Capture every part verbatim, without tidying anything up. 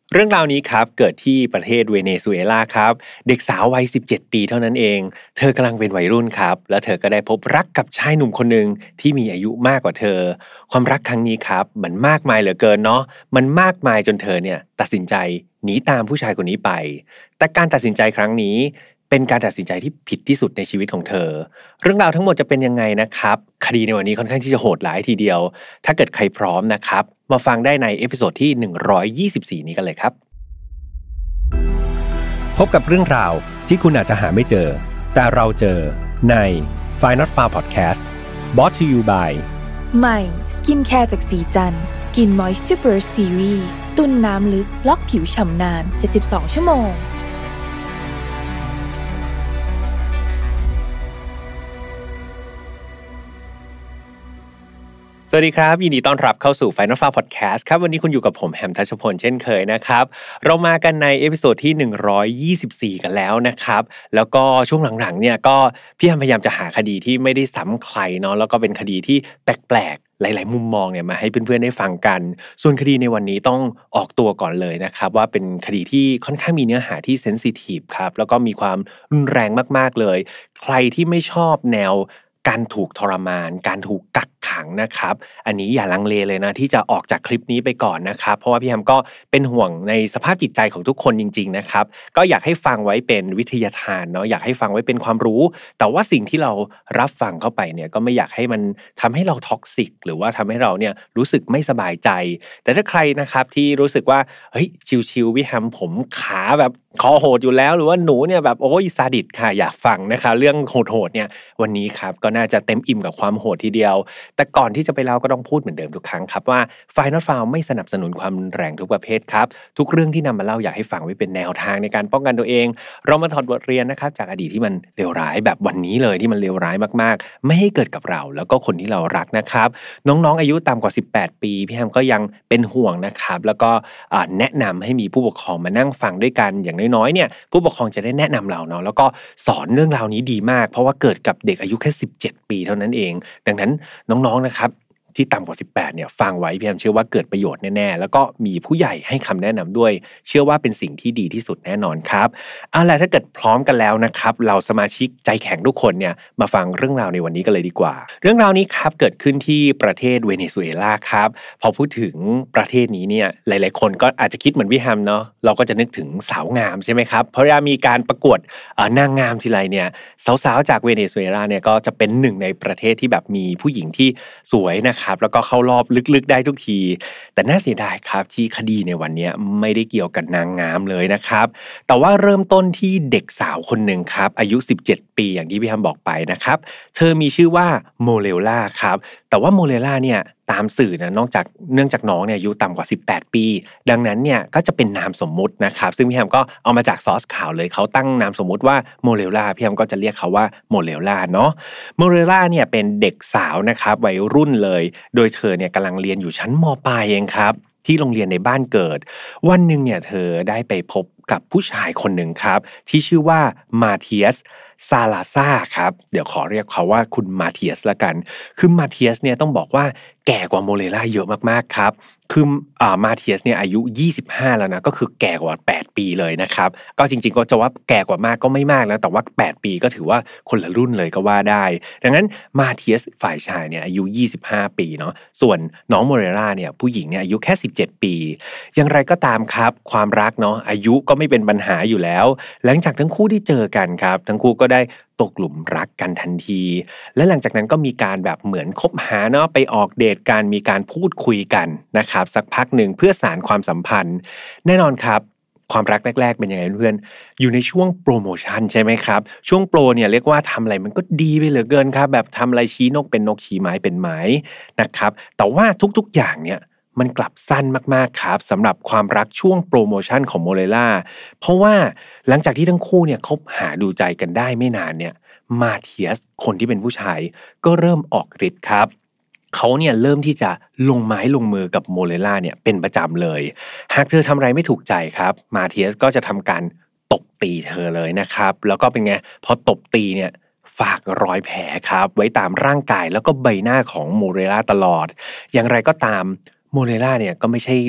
เรื่องราวนี้ครับเกิดที่ประเทศเวเนซุเอลาครับเด็กสาววัยสิบเจ็ดปีเท่านั้นเองเธอกำลังเป็นวัยรุ่นครับแล้วเธอก็ได้พบรักกับชายหนุ่มคนหนึ่งที่มีอายุมากกว่าเธอความรักครั้งนี้ครับมันมากมายเหลือเกินเนาะมันมากมายจนเธอเนี่ยตัดสินใจหนีตามผู้ชายคนนี้ไปแต่การตัดสินใจครั้งนี้เป็นการตัดสินใจที่ผิดที่สุดในชีวิตของเธอเรื่องราวทั้งหมดจะเป็นยังไงนะครับคดีในวันนี้ค่อนข้างที่จะโหดหลายทีเดียวถ้าเกิดใครพร้อมนะครับมาฟังได้ในเอพิโซดที่หนึ่งร้อยยี่สิบสี่นี้กันเลยครับพบกับเรื่องราวที่คุณอาจจะหาไม่เจอแต่เราเจอใน Find Not Found Podcast Brought to you by ใหม่สกินแคร์จากสีจันทร์ Skin Moisture Burst Series ตุ้นน้ำลึกล็อกผิวฉ่ำนานเจ็ดสิบสองชั่วโมงสวัสดีครับยินดีต้อนรับเข้าสู่ Find Not Found Podcast ครับวันนี้คุณอยู่กับผมแฮมทัชพลเช่นเคยนะครับเรามากันในเอพิโซดที่หนึ่งร้อยยี่สิบสี่กันแล้วนะครับแล้วก็ช่วงหลังๆเนี่ยก็พี่แฮมพยายามจะหาคดีที่ไม่ได้ซ้ำใครเนาะแล้วก็เป็นคดีที่แปลกๆหลายๆมุมมองเนี่ยมาให้เพื่อนๆได้ฟังกันส่วนคดีในวันนี้ต้องออกตัวก่อนเลยนะครับว่าเป็นคดีที่ค่อนข้างมีเนื้อหาที่เซนซิทีฟครับแล้วก็มีความรุนแรงมากๆเลยใครที่ไม่ชอบแนวการถูกทรมานการถูกกักขังนะครับอันนี้อย่าลังเลเลยนะที่จะออกจากคลิปนี้ไปก่อนนะครับเพราะว่าพี่แฮมก็เป็นห่วงในสภาพจิตใจของทุกคนจริงๆนะครับก็อยากให้ฟังไว้เป็นวิทยาทานเนาะอยากให้ฟังไว้เป็นความรู้แต่ว่าสิ่งที่เรารับฟังเข้าไปเนี่ยก็ไม่อยากให้มันทำให้เราท็อกซิกหรือว่าทำให้เราเนี่ยรู้สึกไม่สบายใจแต่ถ้าใครนะครับที่รู้สึกว่าเฮ้ยชิลๆพี่แฮมผมขาแบบคอโหดอยู่แล้วหรือว่าหนูเนี่ยแบบโอ้ยซาดิสค่ะอยากฟังนะคะเรื่องโหดๆเนี่ยวันนี้ครับก็น่าจะเต็มอิ่มกับความโหดทีเดียวแต่ก่อนที่จะไปเล่าก็ต้องพูดเหมือนเดิมทุกครั้งครับว่า Find Not Found ไม่สนับสนุนความรุนแรงทุกประเภทครับทุกเรื่องที่นำมาเล่าอยากให้ฟังไว้เป็นแนวทางในการป้องกันตัวเองเรามาถอดบทเรียนนะครับจากอดีตที่มันเลวร้ายแบบวันนี้เลยที่มันเลวร้ายมากๆไม่ให้เกิดกับเราแล้วก็คนที่เรารักนะครับน้องๆอายุต่ำกว่าสิบแปดปีพี่แฮมก็ยังเป็นห่วงนะครับแล้วก็แนะนำให้มีผู้ปกครองมานั่งฟังด้วยกันอย่างน้อยๆเนี่ยผู้ปกครองจะได้แนะนำเราเนาะแล้วก็สอนเรื่องราวนี้ดีมากเพราะว่าเกิดกับเด็กอายุแค่สิบเจ็ดปีเท่านั้นเองดังนั้นน้องๆนะครับที่ต่ำกว่าสิบแปดเนี่ยฟังไว้พี่แฮมเชื่อว่าเกิดประโยชน์แน่ๆแล้วก็มีผู้ใหญ่ให้คำแนะนำด้วยเชื่อว่าเป็นสิ่งที่ดีที่สุดแน่นอนครับเอาล่ะถ้าเกิดพร้อมกันแล้วนะครับเราสมาชิกใจแข็งทุกคนเนี่ยมาฟังเรื่องราวในวันนี้กันเลยดีกว่าเรื่องราวนี้ครับเกิดขึ้นที่ประเทศเวเนซุเอลาครับพอพูดถึงประเทศนี้เนี่ยหลายๆคนก็อาจจะคิดเหมือนพี่แฮมเนาะเราก็จะนึกถึงสาวงามใช่ไหมครับเพราะเวลามีการประกวดนางงามทีไรเนี่ยสาวๆจากเวเนซุเอลาเนี่ยก็จะเป็นหนึ่งในประเทศที่แบบมีผู้หญิงที่สวยนะครับแล้วก็เข้ารอบลึกๆได้ทุกทีแต่น่าเสียดายครับที่คดีในวันนี้ไม่ได้เกี่ยวกับนางงามเลยนะครับแต่ว่าเริ่มต้นที่เด็กสาวคนหนึ่งครับอายุสิบเจ็ดปีอย่างที่พี่แฮมบอกไปนะครับเธอมีชื่อว่าโมเลล่าครับแต่ว่าโมเลล่าเนี่ยตามสื่อนะนอกจากเนื่องจากน้องเนี่ยอายุต่ำกว่าสิบแปดปีดังนั้นเนี่ยก็จะเป็นนามสมมุตินะครับซึ่งพี่แฮมก็เอามาจากซอสข่าวเลยเขาตั้งนามสมมุติว่าโมเลล่าพี่แฮมก็จะเรียกเขาว่าโมเลล่าเนาะโมเลล่าเนี่ยเป็นเด็กสาวนะครับวัยรุ่นเลยโดยเธอเนี่ยกำลังเรียนอยู่ชั้นม.ปลายเองครับที่โรงเรียนในบ้านเกิดวันหนึ่งเนี่ยเธอได้ไปพบกับผู้ชายคนหนึ่งครับที่ชื่อว่ามาเทียสซาลาซ่าครับเดี๋ยวขอเรียกเขาว่าคุณมาเทียสละกันคือมาเทียสเนี่ยต้องบอกว่าแก่กว่าโมเลล่าเยอะมากๆครับคืออ่ามาเทียสเนี่ยอายุยี่สิบห้าแล้วนะก็คือแก่กว่าแปดปีเลยนะครับก็จริงๆก็จะว่าแก่กว่ามากก็ไม่มากแล้วแต่ว่าแปดปีก็ถือว่าคนละรุ่นเลยก็ว่าได้ดังนั้นมาเทียสฝ่ายชายเนี่ยอายุยี่สิบห้าปีเนาะส่วนน้องโมเลล่าเนี่ยผู้หญิงเนี่ยอายุแค่สิบเจ็ดปีอย่างไรก็ตามครับความรักเนาะอายุก็ไม่เป็นปัญหาอยู่แล้วหลังจากทั้งคู่ได้เจอกันครับทั้งคู่ก็ได้ตกหลุมรักกันทันทีและหลังจากนั้นก็มีการแบบเหมือนคบหาเนาะไปออกเดทกันมีการพูดคุยกันนะครับสักพักหนึ่งเพื่อสานความสัมพันธ์แน่นอนครับความรักแรกๆเป็นยังไงเพื่อนอยู่ในช่วงโปรโมชั่นใช่ไหมครับช่วงโปรเนี่ยเรียกว่าทำอะไรมันก็ดีไปเหลือเกินครับแบบทำอะไรชี้นกเป็นนกชี้ไม้เป็นไม้นะครับแต่ว่าทุกๆอย่างเนี่ยมันกลับสั้นมากๆครับสำหรับความรักช่วงโปรโมชั่นของโมเลล่าเพราะว่าหลังจากที่ทั้งคู่เนี่ยคบหาดูใจกันได้ไม่นานเนี่ยมาเทียสคนที่เป็นผู้ชายก็เริ่มออกฤทธิ์ครับเขาเนี่ยเริ่มที่จะลงไม้ลงมือกับโมเลล่าเนี่ยเป็นประจำเลยหากเธอทำอะไรไม่ถูกใจครับมาเทียสก็จะทำการตบตีเธอเลยนะครับแล้วก็เป็นไงพอตบตีเนี่ยฝากรอยแผลครับไว้ตามร่างกายแล้วก็ใบหน้าของโมเลล่าตลอดอย่างไรก็ตามโมเลล่าเนี่ยก็ไม่ใช่แบบ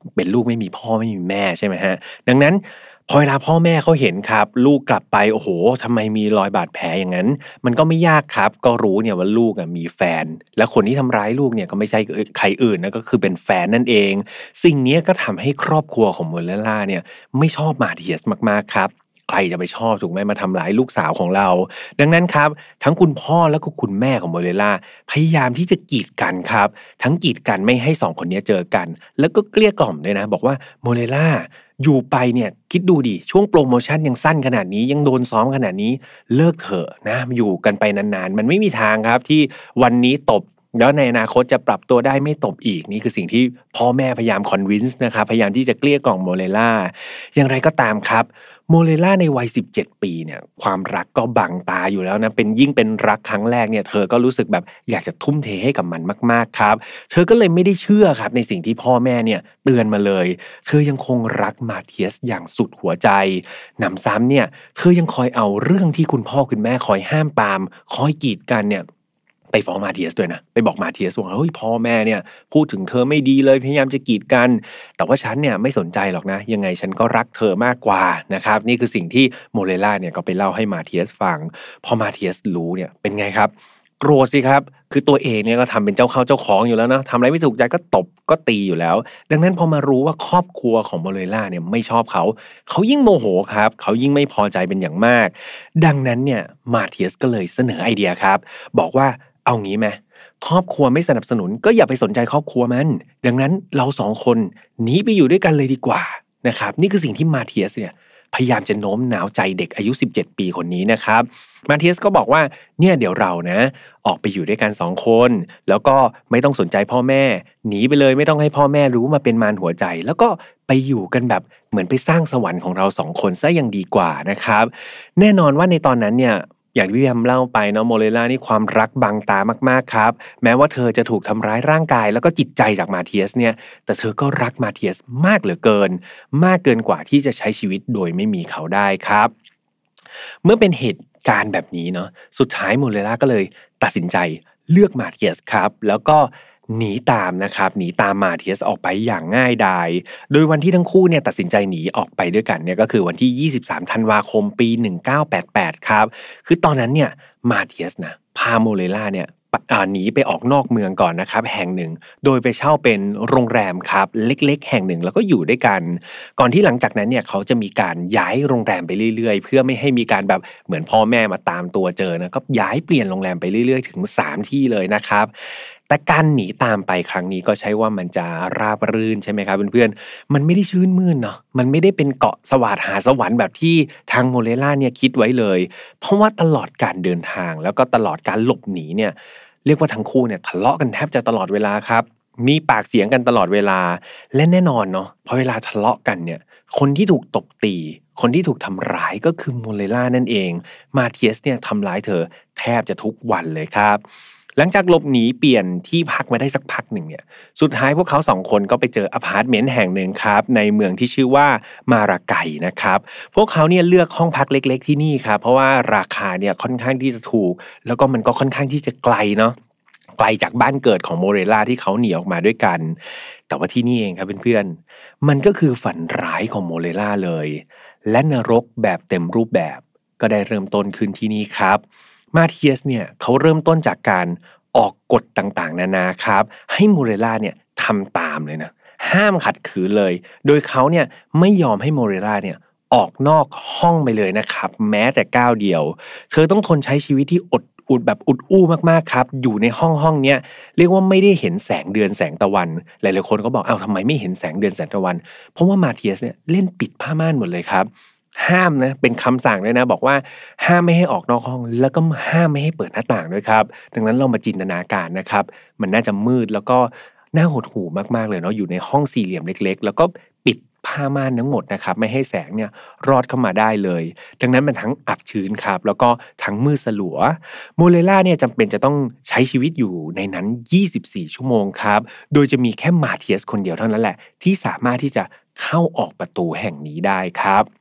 เป็นลูกไม่มีพ่อไม่มีแม่ใช่ไหมฮะดังนั้นพอเวลาพ่อแม่เขาเห็นครับลูกกลับไปโอ้โหทำไมมีรอยบาดแผลอย่างนั้นมันก็ไม่ยากครับก็รู้เนี่ยว่าลูกอ่ะมีแฟนและคนที่ทำร้ายลูกเนี่ยก็ไม่ใช่ใครอื่นนะก็คือเป็นแฟนนั่นเองสิ่งนี้ก็ทำให้ครอบครัวของโมเรล่าเนี่ยไม่ชอบมาเทียสมากๆครับใครจะไปชอบถูกไหมมาทำร้ายลูกสาวของเราดังนั้นครับทั้งคุณพ่อและก็คุณแม่ของโมเรล่าพยายามที่จะกีดกันครับทั้งกีดกันไม่ให้สองคนนี้เจอกันแล้วก็เกลี้ยกล่อมด้วยนะบอกว่าโมเรล่าอยู่ไปเนี่ยคิดดูดิช่วงโปรโมชั่นยังสั้นขนาดนี้ยังโดนซ้อมขนาดนี้เลิกเถอะนะอยู่กันไปนานๆมันไม่มีทางครับที่วันนี้ตบแล้วในอนาคตจะปรับตัวได้ไม่ตบอีกนี่คือสิ่งที่พ่อแม่พยายามคอนวินส์นะครับพยายามที่จะเกลี้ยกล่อมโมเรล่าอย่างไรก็ตามครับโมเรล่าในวัยสิบเจ็ดปีเนี่ยความรักก็บังตาอยู่แล้วนะเป็นยิ่งเป็นรักครั้งแรกเนี่ยเธอก็รู้สึกแบบอยากจะทุ่มเทให้กับมันมากๆครับเธอก็เลยไม่ได้เชื่อครับในสิ่งที่พ่อแม่เนี่ยเตือนมาเลยเธอยังคงรักมาเทียสอย่างสุดหัวใจหนำซ้ำเนี่ยเธอยังคอยเอาเรื่องที่คุณพ่อคุณแม่คอยห้ามปรามคอยกีดกันเนี่ยไปฟ้องมาเทียสด้วยนะไปบอกมาเทียสว่าเฮ้ยพ่อแม่เนี่ยพูดถึงเธอไม่ดีเลยพยายามจะกีดกันแต่ว่าฉันเนี่ยไม่สนใจหรอกนะยังไงฉันก็รักเธอมากกว่านะครับนี่คือสิ่งที่โมเรล่าเนี่ยก็ไปเล่าให้มาเทียสฟังพอมาเทียสรู้เนี่ยเป็นไงครับโกรธสิครับคือตัวเองเนี่ยก็ทำเป็นเจ้าเข้าเจ้าของอยู่แล้วนะทำอะไรไม่ถูกใจก็ตบก็ตีอยู่แล้วดังนั้นพอมารู้ว่าครอบครัวของโมเรล่าเนี่ยไม่ชอบเขาเขายิ่งโมโหครับเขายิ่งไม่พอใจเป็นอย่างมากดังนั้นเนี่ยมาเทียสก็เลยเสนอไอเดียครับบอกว่าเอางี้ไหมครอบครัวไม่สนับสนุนก็อย่าไปสนใจครอบครัวมันดังนั้นเราสองคนหนีไปอยู่ด้วยกันเลยดีกว่านะครับนี่คือสิ่งที่มาเทียสเนี่ยพยายามจะโน้มน้าวใจเด็กอายุสิบเจ็ดปีคนนี้นะครับมาเทียสก็บอกว่าเนี่ยเดี๋ยวเรานะออกไปอยู่ด้วยกันสองคนแล้วก็ไม่ต้องสนใจพ่อแม่หนีไปเลยไม่ต้องให้พ่อแม่รู้มาเป็นมารหัวใจแล้วก็ไปอยู่กันแบบเหมือนไปสร้างสวรรค์ของเราสองคนซะยังดีกว่านะครับแน่นอนว่าในตอนนั้นเนี่ยอย่างที่พี่แอมเล่าไปเนาะโมเรล่านี่ความรักบังตามากๆครับแม้ว่าเธอจะถูกทำร้ายร่างกายแล้วก็จิตใจจากมาเทียสเนี่ยแต่เธอก็รักมาเทียสมากเหลือเกินมากเกินกว่าที่จะใช้ชีวิตโดยไม่มีเขาได้ครับเมื่อเป็นเหตุการณ์แบบนี้เนาะสุดท้ายโมเรล่าก็เลยตัดสินใจเลือกมาเทียสครับแล้วก็หนีตามนะครับหนีตามมาเทียสออกไปอย่างง่ายดายโดยวันที่ทั้งคู่เนี่ยตัดสินใจหนีออกไปด้วยกันเนี่ยก็คือวันที่ยี่สิบสามธันวาคมปีหนึ่งเก้าแปดแปดครับคือตอนนั้นเนี่ยมาเทียสนะพาโมเรล่าเนี่ยหนีไปออกนอกเมืองก่อนนะครับแห่งหนึ่งโดยไปเช่าเป็นโรงแรมครับเล็กๆแห่งหนึ่งแล้วก็อยู่ด้วยกันก่อนที่หลังจากนั้นเนี่ยเขาจะมีการย้ายโรงแรมไปเรื่อยๆเพื่อไม่ให้มีการแบบเหมือนพ่อแม่มาตามตัวเจอนะก็ย้ายเปลี่ยนโรงแรมไปเรื่อยๆถึงสามที่เลยนะครับแต่การหนีตามไปครั้งนี้ก็ใช่ว่ามันจะราบรื่นใช่ไหมครับเพื่อนๆมันไม่ได้ชื่นมื่นเนาะมันไม่ได้เป็นเกาะสวาทหาสวรรค์แบบที่ทางโมเรล่าเนี่ยคิดไว้เลยเพราะว่าตลอดการเดินทางแล้วก็ตลอดการหลบหนีเนี่ยเรียกว่าทั้งคู่เนี่ยทะเลาะกันแทบจะตลอดเวลาครับมีปากเสียงกันตลอดเวลาและแน่นอนเนาะพอเวลาทะเลาะกันเนี่ยคนที่ถูกตบตีคนที่ถูกทำร้ายก็คือโมเรล่านั่นเองมาเทียสเนี่ยทำร้ายเธอแทบจะทุกวันเลยครับหลังจากหลบหนีเปลี่ยนที่พักมาได้สักพักหนึ่งเนี่ยสุดท้ายพวกเขาสองคนก็ไปเจออพาร์ตเมนต์แห่งหนึ่งครับในเมืองที่ชื่อว่ามาราไกนะครับพวกเขาเนี่ยเลือกห้องพักเล็กๆที่นี่ครับเพราะว่าราคาเนี่ยค่อนข้างที่จะถูกแล้วก็มันก็ค่อนข้างที่จะไกลเนาะไกลจากบ้านเกิดของโมเรล่าที่เขาหนีออกมาด้วยกันแต่ว่าที่นี่เองครับเพื่อนๆมันก็คือฝันร้ายของโมเรล่าเลยและนรกแบบเต็มรูปแบบก็ได้เริ่มต้นขึ้นที่นี่ครับมาเทียสเนี่ยเขาเริ่มต้นจากการออกกฎต่างๆนานาครับให้โมเรล่าเนี่ยทำตามเลยนะห้ามขัดขืนเลยโดยเขาเนี่ยไม่ยอมให้โมเรล่าเนี่ยออกนอกห้องไปเลยนะครับแม้แต่ก้าวเดียวเธอต้องทนใช้ชีวิตที่อดอุดแบบอุดอู้มากๆครับอยู่ในห้องห้องเนี้ยเรียกว่าไม่ได้เห็นแสงเดือนแสงตะวันหลายๆคนก็บอกอ้าวทำไมไม่เห็นแสงเดือนแสงตะวันเพราะว่ามาเทียสเนี่ยเล่นปิดผ้าม่านหมดเลยครับห้ามนะเป็นคำสั่งด้วยนะบอกว่าห้ามไม่ให้ออกนอกห้องแล้วก็ห้ามไม่ให้เปิดหน้าต่างด้วยครับดังนั้นเรามาจินตนาการนะครับมันน่าจะมืดแล้วก็น่าหดหู่มากๆเลยเนาะอยู่ในห้องสี่เหลี่ยมเล็กๆแล้วก็ปิดผ้าม่านทั้งหมดนะครับไม่ให้แสงเนี่ยรอดเข้ามาได้เลยดังนั้นมันทั้งอับชื้นครับแล้วก็ทั้งมืดสลัวโมเรล่าเนี่ยจำเป็นจะต้องใช้ชีวิตอยู่ในนั้นยี่สิบสี่ชั่วโมงครับโดยจะมีแค่มาเทียสคนเดียวเท่านั้นแหละที่สามารถที่จะเข้าออกประตูแห่งนี้ได้ครับ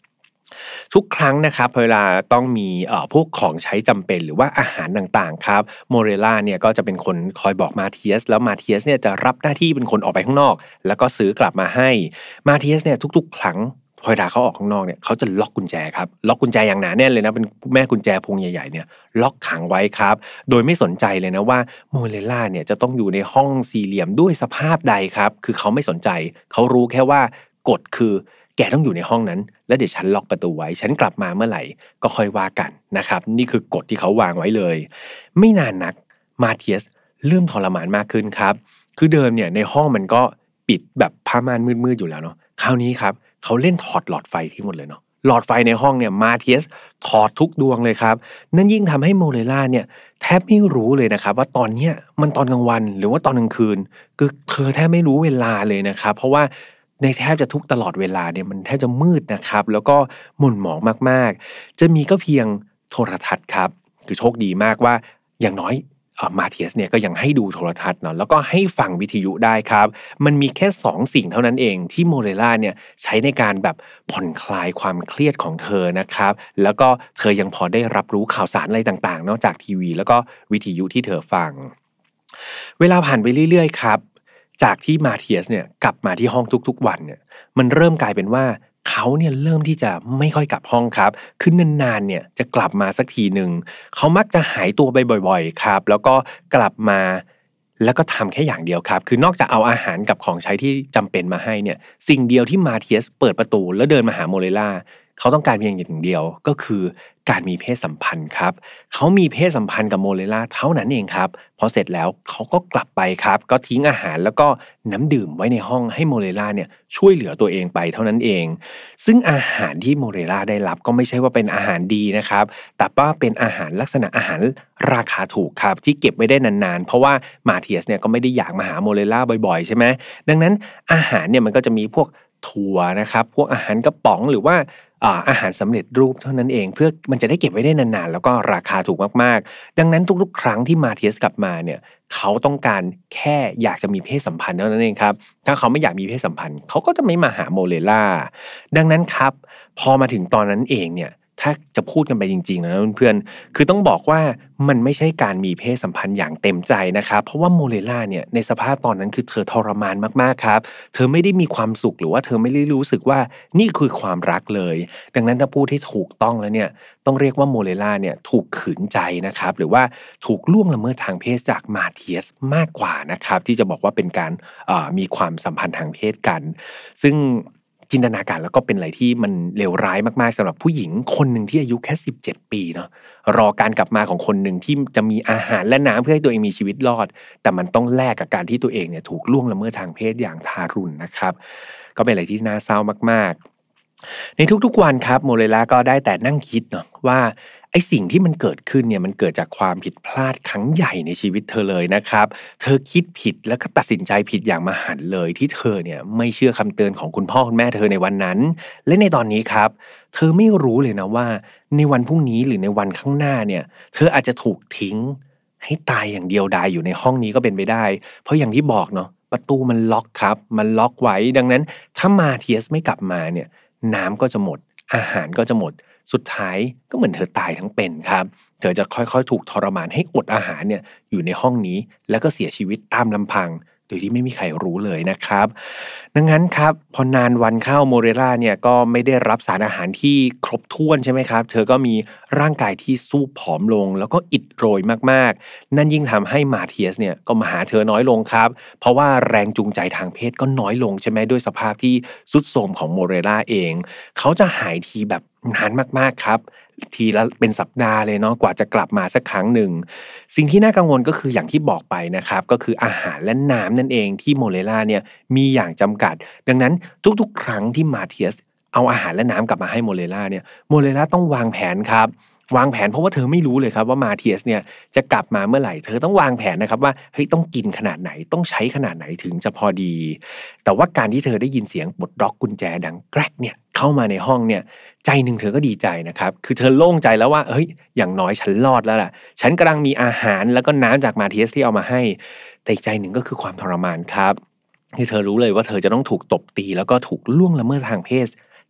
ทุกครั้งนะครับเวลาต้องมีเอ่อพวกของใช้จำเป็นหรือว่าอาหารต่างๆครับโมเรล่าเนี่ยก็จะเป็นคนคอยบอกมาเทียสแล้วมาเทียสเนี่ยจะรับหน้าที่เป็นคนออกไปข้างนอกแล้วก็ซื้อกลับมาให้มาเทียสเนี่ยทุกๆครั้งพอเวลาเขาออกข้างนอกเนี่ยเขาจะล็อกกุญแจครับล็อกกุญแจอย่างหนาแน่นเลยนะเป็นแม่กุญแจพวงใหญ่ๆเนี่ยล็อกขังไว้ครับโดยไม่สนใจเลยนะว่าโมเรล่าเนี่ยจะต้องอยู่ในห้องสี่เหลี่ยมด้วยสภาพใดครับคือเขาไม่สนใจเขารู้แค่ว่ากฎคือแกต้องอยู่ในห้องนั้นแล้วเดี๋ยวฉันล็อกประตูไว้ฉันกลับมาเมื่อไหร่ก็ค่อยว่ากันนะครับนี่คือกฎที่เขาวางไว้เลยไม่นานนักมาเทียสเริ่มทรมานมากขึ้นครับคือเดิมเนี่ยในห้องมันก็ปิดแบบผ้าม่านมืดๆอยู่แล้วเนาะคราวนี้ครับเขาเล่นถอดหลอดไฟทิ้งหมดเลยเนาะหลอดไฟในห้องเนี่ยมาเทียสถอดทุกดวงเลยครับนั่นยิ่งทำให้โมเรล่าเนี่ยแทบไม่รู้เลยนะครับว่าตอนเนี้ยมันตอนกลางวันหรือว่าตอนกลางคืนคือเธอแทบไม่รู้เวลาเลยนะครับเพราะว่าในแทบจะทุกตลอดเวลาเนี่ยมันแทบจะมืดนะครับแล้วก็หม่นหมองมากๆจะมีก็เพียงโทรทัศน์ครับคือโชคดีมากว่าอย่างน้อยมาเทียสเนี่ยก็ยังให้ดูโทรทัศน์เนาะแล้วก็ให้ฟังวิทยุได้ครับมันมีแค่สองสิ่งเท่านั้นเองที่โมเรล่าเนี่ยใช้ในการแบบผ่อนคลายความเครียดของเธอนะครับแล้วก็เธอยังพอได้รับรู้ข่าวสารอะไรต่างๆนอกจากทีวีแล้วก็วิทยุที่เธอฟังเวลาผ่านไปเรื่อยๆครับจากที่มาเทียสเนี่ยกลับมาที่ห้องทุกๆวันเนี่ยมันเริ่มกลายเป็นว่าเขาเนี่ยเริ่มที่จะไม่ค่อยกลับห้องครับคือนานๆเนี่ยจะกลับมาสักทีหนึ่งเขามักจะหายตัวไปบ่อยๆครับแล้วก็กลับมาแล้วก็ทำแค่อย่างเดียวครับคือนอกจากเอาอาหารกับของใช้ที่จำเป็นมาให้เนี่ยสิ่งเดียวที่มาเทียสเปิดประตูแล้วเดินมาหาโมเรล่าเขาต้องการเพียงอย่างเดียวก็คือการมีเพศสัมพันธ์ครับเขามีเพศสัมพันธ์กับโมเรล่าเท่านั้นเองครับพอเสร็จแล้วเขาก็กลับไปครับก็ทิ้งอาหารแล้วก็น้ำดื่มไว้ในห้องให้โมเรล่าเนี่ยช่วยเหลือตัวเองไปเท่านั้นเองซึ่งอาหารที่โมเรล่าได้รับก็ไม่ใช่ว่าเป็นอาหารดีนะครับแต่ว่าเป็นอาหารลักษณะอาหารราคาถูกครับที่เก็บไว้ได้นานๆเพราะว่ามาเทียสเนี่ยก็ไม่ได้อยากมาหาโมเรล่าบ่อยๆใช่ไหมดังนั้นอาหารเนี่ยมันก็จะมีพวกถั่วนะครับพวกอาหารกระป๋องหรือว่าอาหารสำเร็จรูปเท่านั้นเองเพื่อมันจะได้เก็บไว้ได้นานๆแล้วก็ราคาถูกมากๆดังนั้นทุกๆครั้งที่มาเทียสกลับมาเนี่ยเขาต้องการแค่อยากจะมีเพศสัมพันธ์เท่านั้นเองครับถ้าเขาไม่อยากมีเพศสัมพันธ์เขาก็จะไม่มาหาโมเรล่าดังนั้นครับพอมาถึงตอนนั้นเองเนี่ยถ้าจะพูดกันไปจริงๆนะเพื่อนๆคือต้องบอกว่ามันไม่ใช่การมีเพศสัมพันธ์อย่างเต็มใจนะครับเพราะว่าโมเรล่าเนี่ยในสภาพตอนนั้นคือเธอทรมานมากๆครับเธอไม่ได้มีความสุขหรือว่าเธอไม่ได้รู้สึกว่านี่คือความรักเลยดังนั้นถ้าพูดให้ถูกต้องแล้วเนี่ยต้องเรียกว่าโมเรล่าเนี่ยถูกขืนใจนะครับหรือว่าถูกล่วงละเมิดทางเพศจากมาเทียสมากกว่านะครับที่จะบอกว่าเป็นการมีความสัมพันธ์ทางเพศกันซึ่งจินตนาการแล้วก็เป็นอะไรที่มันเลวร้ายมากๆสำหรับผู้หญิงคนหนึ่งที่อายุแค่สิบเจ็ดปีเนาะรอการกลับมาของคนหนึ่งที่จะมีอาหารและน้ำเพื่อให้ตัวเองมีชีวิตรอดแต่มันต้องแลกกับการที่ตัวเองเนี่ยถูกล่วงละเมิดทางเพศอย่างทารุณนะครับก็เป็นอะไรที่น่าเศร้ามากๆในทุกๆวันครับโมเรล่าก็ได้แต่นั่งคิดเนาะว่าไอ้สิ่งที่มันเกิดขึ้นเนี่ยมันเกิดจากความผิดพลาดครั้งใหญ่ในชีวิตเธอเลยนะครับเธอคิดผิดแล้วก็ตัดสินใจผิดอย่างมหันต์เลยที่เธอเนี่ยไม่เชื่อคำเตือนของคุณพ่อคุณแม่เธอในวันนั้นและในตอนนี้ครับเธอไม่รู้เลยนะว่าในวันพรุ่งนี้หรือในวันข้างหน้าเนี่ยเธออาจจะถูกทิ้งให้ตายอย่างเดียวดายอยู่ในห้องนี้ก็เป็นไปได้เพราะอย่างที่บอกเนาะประตูมันล็อกครับมันล็อกไว้ดังนั้นถ้ามาเทียสไม่กลับมาเนี่ยน้ำก็จะหมดอาหารก็จะหมดสุดท้ายก็เหมือนเธอตายทั้งเป็นครับเธอจะค่อยๆถูกทรมานให้อดอาหารเนี่ยอยู่ในห้องนี้แล้วก็เสียชีวิตตามลำพังโดยที่ไม่มีใครรู้เลยนะครับดังนั้นครับพอนานวันเข้าโมเรล่าเนี่ยก็ไม่ได้รับสารอาหารที่ครบถ้วนใช่ไหมครับเธอก็มีร่างกายที่สู้ผอมลงแล้วก็อิดโรยมากๆนั่นยิ่งทำให้มาเทียสเนี่ยก็มาหาเธอน้อยลงครับเพราะว่าแรงจูงใจทางเพศก็น้อยลงใช่ไหมด้วยสภาพที่ทรุดโทรมของโมเรล่าเองเขาจะหายทีแบบนานมากๆครับทีละเป็นสัปดาห์เลยเนาะกว่าจะกลับมาสักครั้งหนึ่งสิ่งที่น่ากังวลก็คืออย่างที่บอกไปนะครับก็คืออาหารและน้ำนั่นเองที่โมเรล่าเนี่ยมีอย่างจำกัดดังนั้นทุกๆครั้งที่มาเทียสเอาอาหารและน้ำกลับมาให้โมเรล่าเนี่ยโมเรล่าต้องวางแผนครับวางแผนเพราะว่าเธอไม่รู้เลยครับว่ามาเทียสเนี่ยจะกลับมาเมื่อไหร่เธอต้องวางแผนนะครับว่าเฮ้ยต้องกินขนาดไหนต้องใช้ขนาดไหนถึงจะพอดีแต่ว่าการที่เธอได้ยินเสียงปลดล็อกกุญแจดังแกรกเนี่ยเข้ามาในห้องเนี่ยใจหนึ่งเธอก็ดีใจนะครับคือเธอโล่งใจแล้วว่าเฮ้ยอย่างน้อยฉันรอดแล้วล่ะฉันกำลังมีอาหารแล้วก็น้ำจากมาเทียสที่เอามาให้แต่อีกใจหนึ่งก็คือความทรมานครับคือเธอรู้เลยว่าเธอจะต้องถูกตบตีแล้วก็ถูกล่วงละเมิดทางเพศ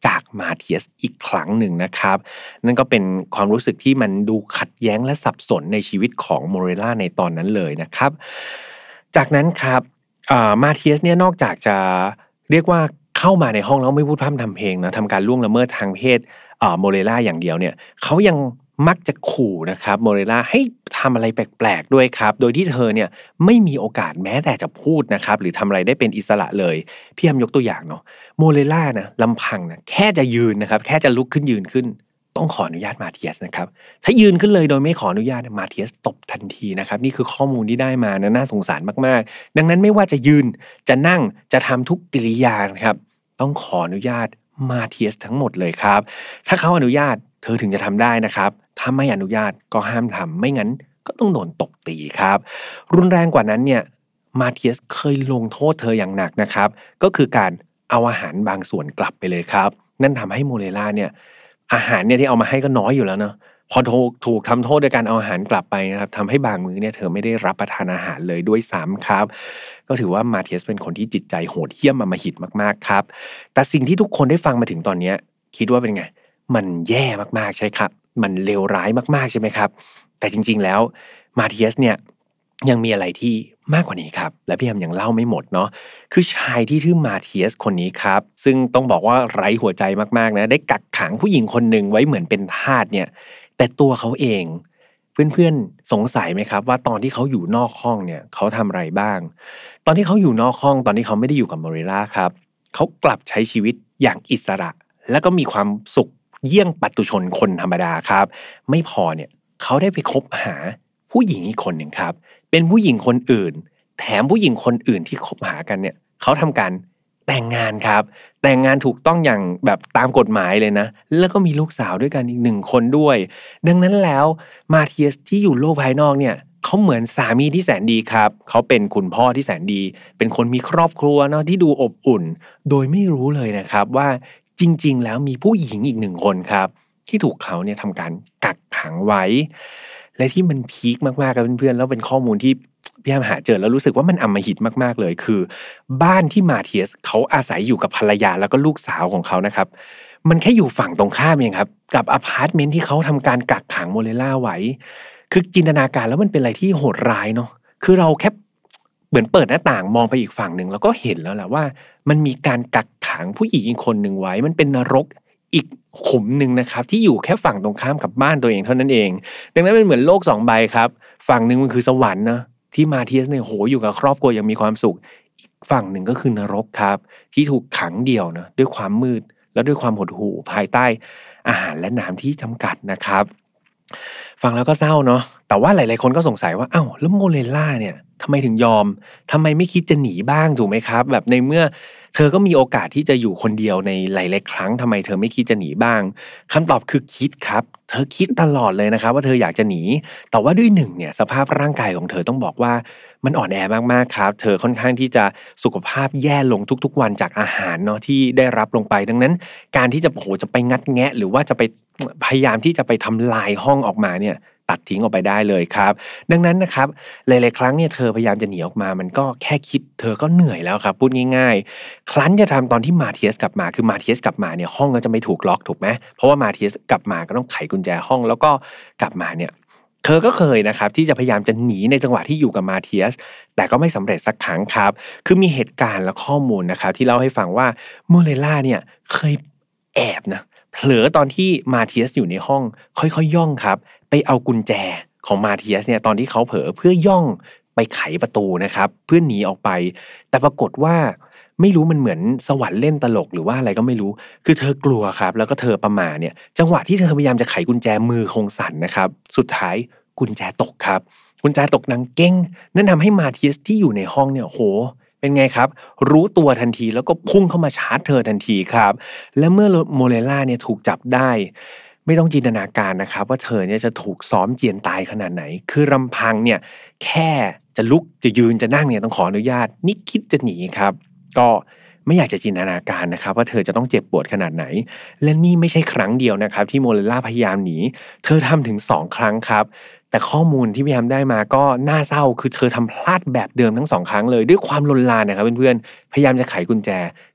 จากมาเทียสอีกครั้งหนึ่งนะครับนั่นก็เป็นความรู้สึกที่มันดูขัดแย้งและสับสนในชีวิตของโมเรล่าในตอนนั้นเลยนะครับจากนั้นครับมาเทียสเนี่ยนอกจากจะเรียกว่าเข้ามาในห้องแล้วไม่พูดพร่ำทำเพลงนะทำการล่วงละเมิดทางเพศโมเรล่าอย่างเดียวเนี่ยเขายังมักจะขู่นะครับโมเรล่าให้ทำอะไรแปลกๆด้วยครับโดยที่เธอเนี่ยไม่มีโอกาสแม้แต่จะพูดนะครับหรือทำอะไรได้เป็นอิสระเลยพี่แอมยกตัวอย่างเนาะโมเรล่านะลำพังนะแค่จะยืนนะครับแค่จะลุกขึ้นยืนขึ้นต้องขออนุญาตมาเทียสนะครับถ้ายืนขึ้นเลยโดยไม่ขออนุญาตมาเทียสตบทันทีนะครับนี่คือข้อมูลที่ได้มานะน่าสงสารมากๆดังนั้นไม่ว่าจะยืนจะนั่งจะทำทุกกิริยานะครับต้องขออนุญาตมาเทียสทั้งหมดเลยครับถ้าเขาอนุญาตเธอถึงจะทำได้นะครับถ้าไม่อนุญาตก็ห้ามทำไม่งั้นก็ต้องโดนตบตีครับรุนแรงกว่านั้นเนี่ยมาเทียสเคยลงโทษเธออย่างหนักนะครับก็คือการเอาอาหารบางส่วนกลับไปเลยครับนั่นทำให้โมเรล่าเนี่ยอาหารเนี่ยที่เอามาให้ก็น้อยอยู่แล้วเนาะพอถูกถูกทำโทษโดยการเอาอาหารกลับไปนะครับทำให้บางมื้อเนี่ยเธอไม่ได้รับประทานอาหารเลยด้วยซ้ำครับก็ถือว่ามาเทียสเป็นคนที่จิตใจโหดเหี้ยมอำมหิตมากๆครับแต่สิ่งที่ทุกคนได้ฟังมาถึงตอนนี้คิดว่าเป็นไงมันแย่มากๆใช่ครับมันเลวร้ายมากๆใช่ไหมครับแต่จริงๆแล้วมาเทียสเนี่ยยังมีอะไรที่มากกว่านี้ครับและพี่แอมยังเล่าไม่หมดเนาะคือชายที่ชื่อมาเทียสคนนี้ครับซึ่งต้องบอกว่าไร้หัวใจมากๆนะได้กักขังผู้หญิงคนหนึ่งไว้เหมือนเป็นทาสเนี่ยแต่ตัวเขาเองเพื่อนๆสงสัยไหมครับว่าตอนที่เขาอยู่นอกห้องเนี่ยเขาทำอะไรบ้างตอนที่เขาอยู่นอกห้องตอนที่เขาไม่ได้อยู่กับโมเรล่าครับเขากลับใช้ชีวิตอย่างอิสระแล้วก็มีความสุขเยี่ยงปัตตุชนคนธรรมดาครับไม่พอเนี่ยเขาได้ไปคบหาผู้หญิงอีกคนหนึ่งครับเป็นผู้หญิงคนอื่นแถมผู้หญิงคนอื่นที่คบหากันเนี่ยเขาทำการแต่งงานครับแต่งงานถูกต้องอย่างแบบตามกฎหมายเลยนะแล้วก็มีลูกสาวด้วยกันอีกหนึ่งคนด้วยดังนั้นแล้วมาเทียสที่อยู่โลกภายนอกเนี่ยเขาเหมือนสามีที่แสนดีครับเขาเป็นคุณพ่อที่แสนดีเป็นคนมีครอบครัวเนาะที่ดูอบอุ่นโดยไม่รู้เลยนะครับว่าจริงๆแล้วมีผู้หญิงอีกหนึ่งคนครับที่ถูกเขาเนี่ยทำการกักขังไว้และที่มันพีคมากๆกับเพื่อนๆแล้วเป็นข้อมูลที่พี่แอมหาเจอแล้วรู้สึกว่ามันอำมหิตมากๆเลยคือบ้านที่มาเทียสเขาอาศัยอยู่กับภรรยาแล้วก็ลูกสาวของเขานะครับมันแค่อยู่ฝั่งตรงข้ามเองครับกับอพาร์ตเมนต์ที่เขาทำการกักขังโมเรล่าไว้คือจินตนาการแล้วมันเป็นอะไรที่โหดร้ายเนาะคือเราแค่เหมือนเปิดหน้าต่างมองไปอีกฝั่งหนึ่งแล้วก็เห็นแล้วแหละว่ามันมีการกักขังผู้หญิงอีกคนหนึ่งไว้มันเป็นนรกอีกขุมหนึ่งนะครับที่อยู่แค่ฝั่งตรงข้ามกับบ้านตัวเองเท่านั้นเองดังนั้นเป็นเหมือนโลกสองใบครับฝั่งหนึ่งมันคือสวรรค์นะที่มาเทียสเนี่ยโหอยู่กับครอบครัวยังมีความสุขอีกฝั่งหนึ่งก็คือนรกครับที่ถูกขังเดี่ยวนะด้วยความมืดและด้วยความหดหู่ภายใต้อาหารและน้ำที่จำกัดนะครับฟังแล้วก็เศร้าเนาะแต่ว่าหลายๆคนก็สงสัยว่าอ้าวแล้วโมเรล่าเนี่ยทำไมถึงยอมทำไมไม่คิดจะหนีบ้างถูกไหมครับแบบในเมื่อเธอก็มีโอกาสที่จะอยู่คนเดียวในหลายๆครั้งทำไมเธอไม่คิดจะหนีบ้างคำตอบคือคิดครับเธอคิดตลอดเลยนะครับว่าเธออยากจะหนีแต่ว่าด้วยหนึ่งเนี่ยสภาพร่างกายของเธอต้องบอกว่ามันอ่อนแอมากๆครับเธอค่อนข้างที่จะสุขภาพแย่ลงทุกๆวันจากอาหารเนาะที่ได้รับลงไปดังนั้นการที่จะโหจะไปงัดแงะหรือว่าจะไปพยายามที่จะไปทำลายห้องออกมาเนี่ยตัดทิ้งออกไปได้เลยครับดังนั้นนะครับหลายๆครั้งเนี่ยเธอพยายามจะหนีออกมามันก็แค่คิดเธอก็เหนื่อยแล้วครับพูดง่ายๆครั้นจะทำตอนที่มาเทียสกลับมาคือมาเทียสกลับมาเนี่ยห้องก็จะไม่ถูกล็อกถูกไหมเพราะว่ามาเทียสกลับมาก็ต้องไขกุญแจห้องแล้วก็กลับมาเนี่ยเธอก็เคยนะครับที่จะพยายามจะหนีในจังหวะที่อยู่กับมาเทียสแต่ก็ไม่สำเร็จสักครั้งครับคือมีเหตุการณ์และข้อมูลนะครับที่เล่าให้ฟังว่าโมเรล่าเนี่ยเคยแอบนะเผลอตอนที่มาเทียสอยู่ในห้องค่อยๆย่องครับไปเอากุญแจของมาเทียสเนี่ยตอนที่เขาเผลอเพื่อย่องไปไขประตูนะครับเพื่อหนีออกไปแต่ปรากฏว่าไม่รู้มันเหมือนสวรรค์เล่นตลกหรือว่าอะไรก็ไม่รู้คือเธอกลัวครับแล้วก็เธอประมาทเนี่ยจังหวะที่เธอพยายามจะไขกุญแจมือคงสั่นนะครับสุดท้ายกุญแจตกครับกุญแจตกดังเก้งนั่นทำให้มาเทียสที่อยู่ในห้องเนี่ยโหเป็นไงครับรู้ตัวทันทีแล้วก็พุ่งเข้ามาชาร์จเธอทันทีครับและเมื่อโมเรล่าเนี่ยถูกจับได้ไม่ต้องจินตนาการนะครับว่าเธอเนี่ยจะถูกซ้อมเจียนตายขนาดไหนคือรำพังเนี่ยแค่จะลุกจะยืนจะนั่งเนี่ยต้องขออนุญาตนี่คิดจะหนีครับก็ไม่อยากจะจินตนาการนะครับว่าเธอจะต้องเจ็บปวดขนาดไหนและนี่ไม่ใช่ครั้งเดียวนะครับที่โมเรล่าพยายามหนีเธอทำถึงสองครั้งครับแต่ข้อมูลที่พยายามได้มาก็น่าเศร้าคือเธอทำพลาดแบบเดิมทั้งสองครั้งเลยด้วยความลนลานนะครับเพื่อนๆพยายามจะไขกุญแจ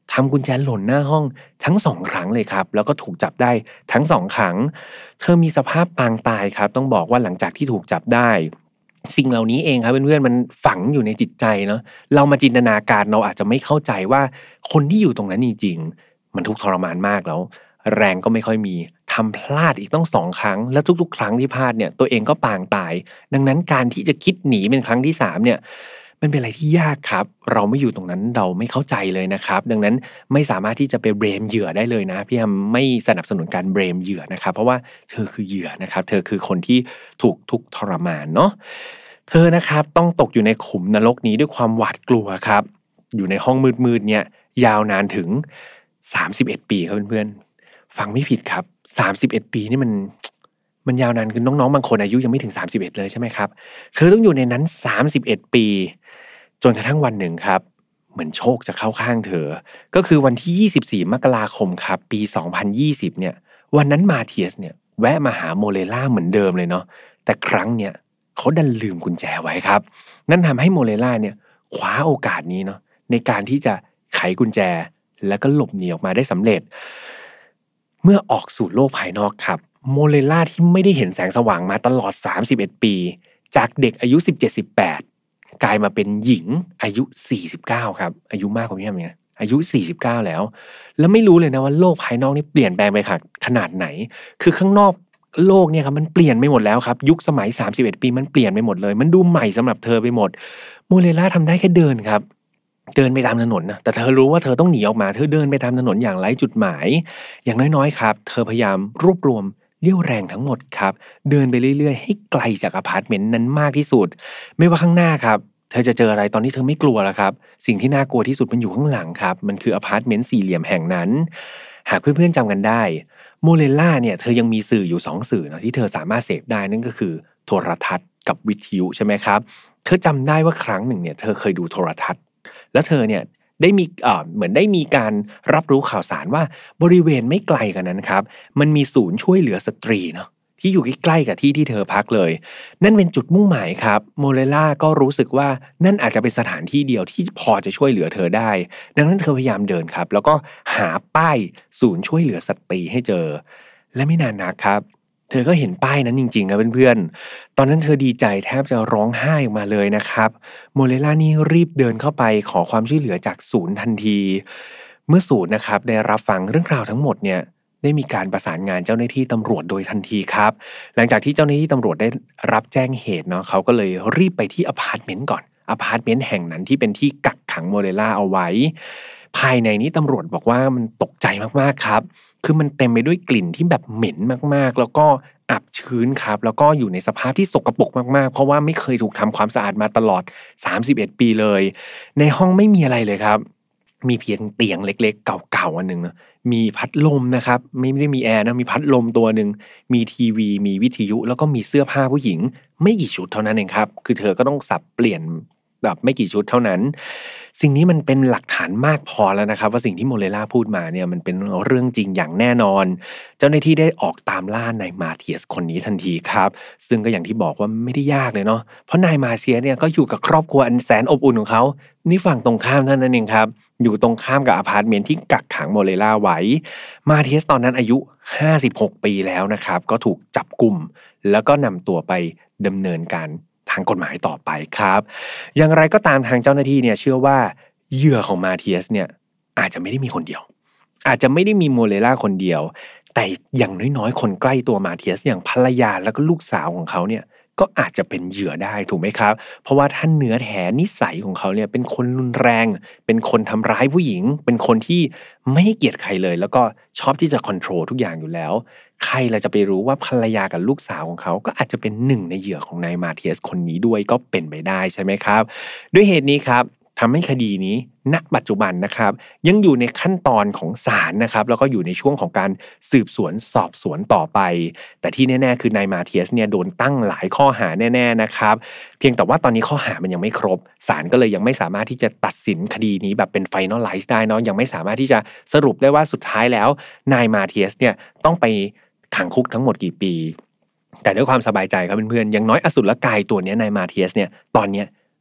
ทำกุญแจหล่นหน้าห้องทั้งสองครั้งเลยครับแล้วก็ถูกจับได้ทั้งสองครั้งเธอมีสภาพปางตายครับต้องบอกว่าหลังจากที่ถูกจับได้สิ่งเหล่านี้เองครับเพื่อนๆมันฝังอยู่ในจิตใจเนาะเรามาจินตนาการเราอาจจะไม่เข้าใจว่าคนที่อยู่ตรงนั้นจริงๆมันทุกข์ทรมานมากแล้วแรงก็ไม่ค่อยมีทำพลาดอีกต้องสองครั้งและทุกๆครั้งที่พลาดเนี่ยตัวเองก็ปางตายดังนั้นการที่จะคิดหนีเป็นครั้งที่สามเนี่ยมันเป็นอะไรที่ยากครับเราไม่อยู่ตรงนั้นเราไม่เข้าใจเลยนะครับดังนั้นไม่สามารถที่จะไปเบรมเหยื่อได้เลยนะพี่แอมไม่สนับสนุนการเบรมเหยื่อนะครับเพราะว่าเธอคือเหยื่อนะครับเธอคือคนที่ถูกทุกข์ทรมานเนาะเธอนะครับต้องตกอยู่ในขุมนรกนี้ด้วยความหวาดกลัวครับอยู่ในห้องมืดๆเนี่ยยาวนานถึงสามสิบเอ็ดปีครับเพื่อนๆฟังไม่ผิดครับสามสิบเอ็ดปีนี่มันมันยาวนานคือน้องๆบางคนอายุยังไม่ถึงสามสิบเอ็ดเลยใช่ไหมครับเธอต้องอยู่ในนั้นสามสิบเอ็ดปีจนกระทั่งวันหนึ่งครับเหมือนโชคจะเข้าข้างเธอก็คือวันที่ยี่สิบสี่มกราคมครับปีสองพันยี่สิบเนี่ยวันนั้นมาเทียสเนี่ยแวะมาหาโมเลล่าเหมือนเดิมเลยเนาะแต่ครั้งเนี่ยเขาดันลืมกุญแจไว้ครับนั่นทำให้โมเลล่าเนี่ยคว้าโอกาสนี้เนาะในการที่จะไขกุญแจแล้วก็หลบหนีออกมาได้สำเร็จเมื่อออกสู่โลกภายนอกครับโมเลล่าที่ไม่ได้เห็นแสงสว่างมาตลอดสามสิบเอ็ดปีจากเด็กอายุสิบเจ็ด สิบแปดกลายมาเป็นหญิงอายุสี่สิบเก้าครับอายุมากกว่าพี่แอมไงอายุสี่สิบเก้าแล้วแล้วไม่รู้เลยนะว่าโลกภายนอกนี่เปลี่ยนแปลงไปขนาดไหนคือข้างนอกโลกเนี่ยครับมันเปลี่ยนไปหมดแล้วครับยุคสมัยสามสิบเอ็ดปีมันเปลี่ยนไปหมดเลยมันดูใหม่สำหรับเธอไปหมดโมเลล่าทำได้แค่เดินครับเดินไปตามถนนนะแต่เธอรู้ว่าเธอต้องหนีออกมาเธอเดินไปตามถนนอย่างไร้จุดหมายอย่างน้อยๆครับเธอพยายามรวบรวมเรี่ยวแรงทั้งหมดครับเดินไปเรื่อยๆให้ไกลจากอพาร์ตเมนต์นั้นมากที่สุดไม่ว่าข้างหน้าครับเธอจะเจออะไรตอนนี้เธอไม่กลัวแล้วครับสิ่งที่น่ากลัวที่สุดมันอยู่ข้างหลังครับมันคืออพาร์ตเมนต์สี่เหลี่ยมแห่งนั้นหากเพื่อนๆจำกันได้โมเลล่าเนี่ยเธอยังมีสื่ออยู่สองสื่อนะที่เธอสามารถเสพได้นั่นก็คือโทรทัศน์กับวิทยุใช่ไหมครับเธอจำได้ว่าครั้งหนึ่งเนี่ยเธอเคยดูโทรทัศน์แล้วเธอเนี่ยได้มีเอ่อเหมือนได้มีการรับรู้ข่าวสารว่าบริเวณไม่ไกลกันนั้นครับมันมีศูนย์ช่วยเหลือสตรีเนาะที่อยู่ใกล้ๆกับที่ที่เธอพักเลยนั่นเป็นจุดมุ่งหมายครับโมเลล่าก็รู้สึกว่านั่นอาจจะเป็นสถานที่เดียวที่พอจะช่วยเหลือเธอได้ดังนั้นเธอพยายามเดินครับแล้วก็หาป้ายศูนย์ช่วยเหลือสตรีให้เจอและไม่นานนักครับเธอก็เห็นป้ายนั้นจริงๆครับเพื่อนๆตอนนั้นเธอดีใจแทบจะร้องไห้ออกมาเลยนะครับโมเลล่านี่รีบเดินเข้าไปขอความช่วยเหลือจากศูนย์ทันทีเมื่อศูนย์นะครับได้รับฟังเรื่องราวทั้งหมดเนี่ยได้มีการประสานงานเจ้าหน้าที่ตำรวจโดยทันทีครับหลังจากที่เจ้าหน้าที่ตำรวจได้รับแจ้งเหตุเนาะเขาก็เลยรีบไปที่อพาร์ตเมนต์ก่อนอพาร์ตเมนต์แห่งนั้นที่เป็นที่กักขังโมเลล่าเอาไว้ภายในนี้ตำรวจบอกว่ามันตกใจมากๆครับคือมันเต็มไปด้วยกลิ่นที่แบบเหม็นมากๆแล้วก็อับชื้นครับแล้วก็อยู่ในสภาพที่สกปรกมากๆเพราะว่าไม่เคยถูกทำความสะอาดมาตลอดสามสิบเอ็ดปีเลยในห้องไม่มีอะไรเลยครับมีเพียงเตียงเล็กๆเก่าๆอันนึงนะมีพัดลมนะครับไม่ได้มีแอร์นะมีพัดลมตัวนึงมีทีวีมีวิทยุแล้วก็มีเสื้อผ้าผู้หญิงไม่กี่ชุดเท่านั้นเองครับคือเธอก็ต้องสับเปลี่ยนแบบไม่กี่ชุดเท่านั้นสิ่งนี้มันเป็นหลักฐานมากพอแล้วนะครับว่าสิ่งที่โมเลล่าพูดมาเนี่ยมันเป็นเรื่องจริงอย่างแน่นอนเจ้าหน้าที่ได้ออกตามล่านายมาเทียสคนนี้ทันทีครับซึ่งก็อย่างที่บอกว่าไม่ได้ยากเลยเนาะเพราะนายมาเทียสเนี่ยก็อยู่กับครอบครัวอันแสนอบอุ่นของเขานี่ฝั่งตรงข้ามนั่นนั่นเองครับอยู่ตรงข้ามกับอพาร์ตเมนต์ที่กักขังโมเลล่าไว้มาเทียสตอนนั้นอายุห้าสิบหกปีแล้วนะครับก็ถูกจับกุมแล้วก็นำตัวไปดำเนินการทางกฎหมายต่อไปครับอย่างไรก็ตามทางเจ้าหน้าที่เนี่ยเชื่อว่าเหยื่อของมาเทียสเนี่ยอาจจะไม่ได้มีคนเดียวอาจจะไม่ได้มีโมเลล่าคนเดียวแต่อย่างน้อยๆคนใกล้ตัวมาเทียสอย่างภรรยาแล้วก็ลูกสาวของเขาเนี่ยก็อาจจะเป็นเหยื่อได้ถูกไหมครับเพราะว่าท่านเนื้อแท้นิสัยของเขาเนี่ยเป็นคนรุนแรงเป็นคนทำร้ายผู้หญิงเป็นคนที่ไม่ให้เกียรติใครเลยแล้วก็ชอบที่จะควบคุมทุกอย่างอยู่แล้วใครเราจะไปรู้ว่าภรรยากับลูกสาวของเขาก็อาจจะเป็นหนึ่งในเหยื่อของนายมาเทียสคนนี้ด้วยก็เป็นไปได้ใช่ไหมครับด้วยเหตุนี้ครับทำให้คดีนี้ณปัจจุบันนะครับยังอยู่ในขั้นตอนของศาลนะครับแล้วก็อยู่ในช่วงของการสืบสวนสอบสวนต่อไปแต่ที่แน่ๆคือนายมาเทียสเนี่ยโดนตั้งหลายข้อหาแน่ๆนะครับเพียงแต่ว่าตอนนี้ข้อหามันยังไม่ครบศาลก็เลยยังไม่สามารถที่จะตัดสินคดีนี้แบบเป็นไฟนอลไลซ์ได้เนาะยังไม่สามารถที่จะสรุปได้ว่าสุดท้ายแล้วนายมาเทียสเนี่ยต้องไปขังคุกทั้งหมดกี่ปีแต่ด้วยความสบายใจครับเพื่อนๆอย่างน้อยอสุรกายตัวนี้นายมาเทียสเนี่ยตอนนี้